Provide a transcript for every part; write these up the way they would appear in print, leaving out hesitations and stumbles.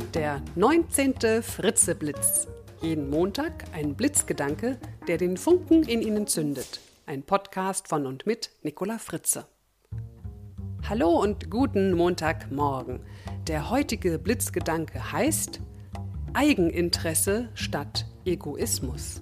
Der 19. Fritze-Blitz. Jeden Montag ein Blitzgedanke, der den Funken in Ihnen zündet. Ein Podcast von und mit Nicola Fritze. Hallo und guten Montagmorgen. Der heutige Blitzgedanke heißt Eigeninteresse statt Egoismus.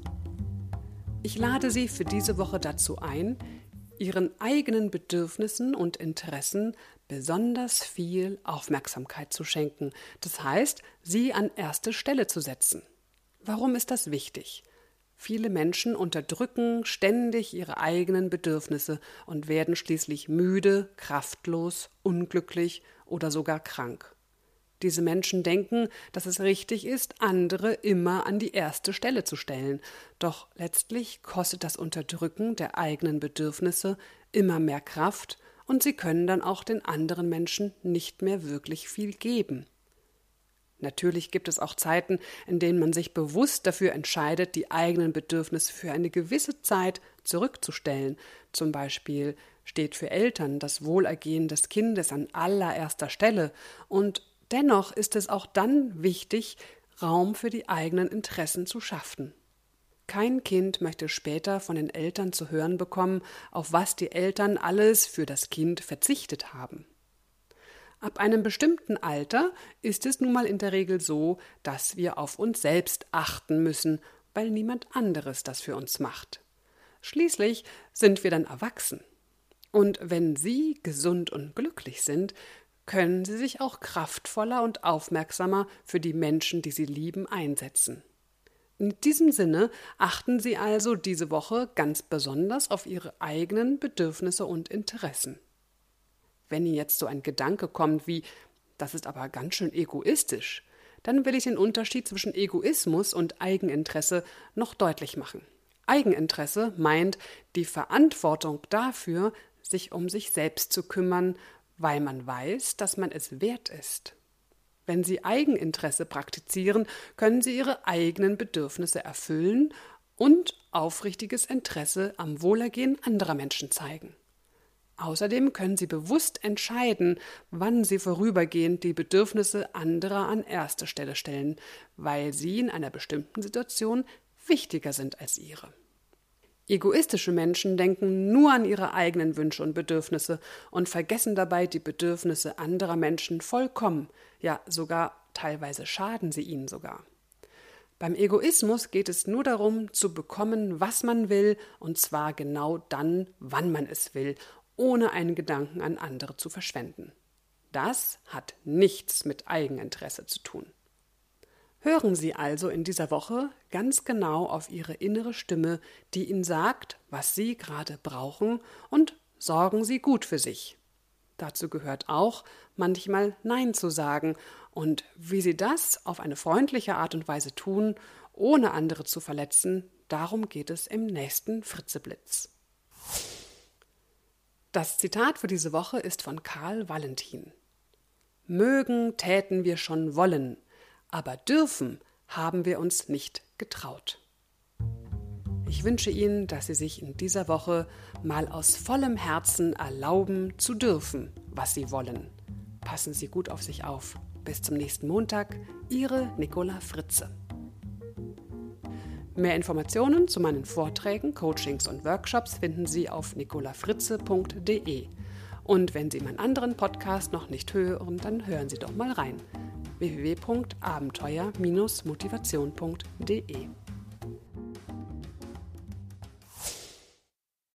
Ich lade Sie für diese Woche dazu ein, Ihren eigenen Bedürfnissen und Interessen besonders viel Aufmerksamkeit zu schenken. Das heißt, sie an erste Stelle zu setzen. Warum ist das wichtig? Viele Menschen unterdrücken ständig ihre eigenen Bedürfnisse und werden schließlich müde, kraftlos, unglücklich oder sogar krank. Diese Menschen denken, dass es richtig ist, andere immer an die erste Stelle zu stellen. Doch letztlich kostet das Unterdrücken der eigenen Bedürfnisse immer mehr Kraft und sie können dann auch den anderen Menschen nicht mehr wirklich viel geben. Natürlich gibt es auch Zeiten, in denen man sich bewusst dafür entscheidet, die eigenen Bedürfnisse für eine gewisse Zeit zurückzustellen. Zum Beispiel steht für Eltern das Wohlergehen des Kindes an allererster Stelle und dennoch ist es auch dann wichtig, Raum für die eigenen Interessen zu schaffen. Kein Kind möchte später von den Eltern zu hören bekommen, auf was die Eltern alles für das Kind verzichtet haben. Ab einem bestimmten Alter ist es nun mal in der Regel so, dass wir auf uns selbst achten müssen, weil niemand anderes das für uns macht. Schließlich sind wir dann erwachsen. Und wenn Sie gesund und glücklich sind, können Sie sich auch kraftvoller und aufmerksamer für die Menschen, die Sie lieben, einsetzen. In diesem Sinne achten Sie also diese Woche ganz besonders auf Ihre eigenen Bedürfnisse und Interessen. Wenn Ihnen jetzt so ein Gedanke kommt wie, das ist aber ganz schön egoistisch, dann will ich den Unterschied zwischen Egoismus und Eigeninteresse noch deutlich machen. Eigeninteresse meint die Verantwortung dafür, sich um sich selbst zu kümmern, weil man weiß, dass man es wert ist. Wenn Sie Eigeninteresse praktizieren, können Sie Ihre eigenen Bedürfnisse erfüllen und aufrichtiges Interesse am Wohlergehen anderer Menschen zeigen. Außerdem können Sie bewusst entscheiden, wann Sie vorübergehend die Bedürfnisse anderer an erste Stelle stellen, weil sie in einer bestimmten Situation wichtiger sind als Ihre. Egoistische Menschen denken nur an ihre eigenen Wünsche und Bedürfnisse und vergessen dabei die Bedürfnisse anderer Menschen vollkommen, ja sogar teilweise schaden sie ihnen sogar. Beim Egoismus geht es nur darum, zu bekommen, was man will, und zwar genau dann, wann man es will, ohne einen Gedanken an andere zu verschwenden. Das hat nichts mit Eigeninteresse zu tun. Hören Sie also in dieser Woche ganz genau auf Ihre innere Stimme, die Ihnen sagt, was Sie gerade brauchen, und sorgen Sie gut für sich. Dazu gehört auch, manchmal Nein zu sagen, und wie Sie das auf eine freundliche Art und Weise tun, ohne andere zu verletzen, darum geht es im nächsten Fritze-Blitz. Das Zitat für diese Woche ist von Karl Valentin. Mögen täten wir schon wollen, aber dürfen haben wir uns nicht getraut. Ich wünsche Ihnen, dass Sie sich in dieser Woche mal aus vollem Herzen erlauben zu dürfen, was Sie wollen. Passen Sie gut auf sich auf. Bis zum nächsten Montag, Ihre Nicola Fritze. Mehr Informationen zu meinen Vorträgen, Coachings und Workshops finden Sie auf nicolafritze.de. Und wenn Sie meinen anderen Podcast noch nicht hören, dann hören Sie doch mal rein. www.abenteuer-motivation.de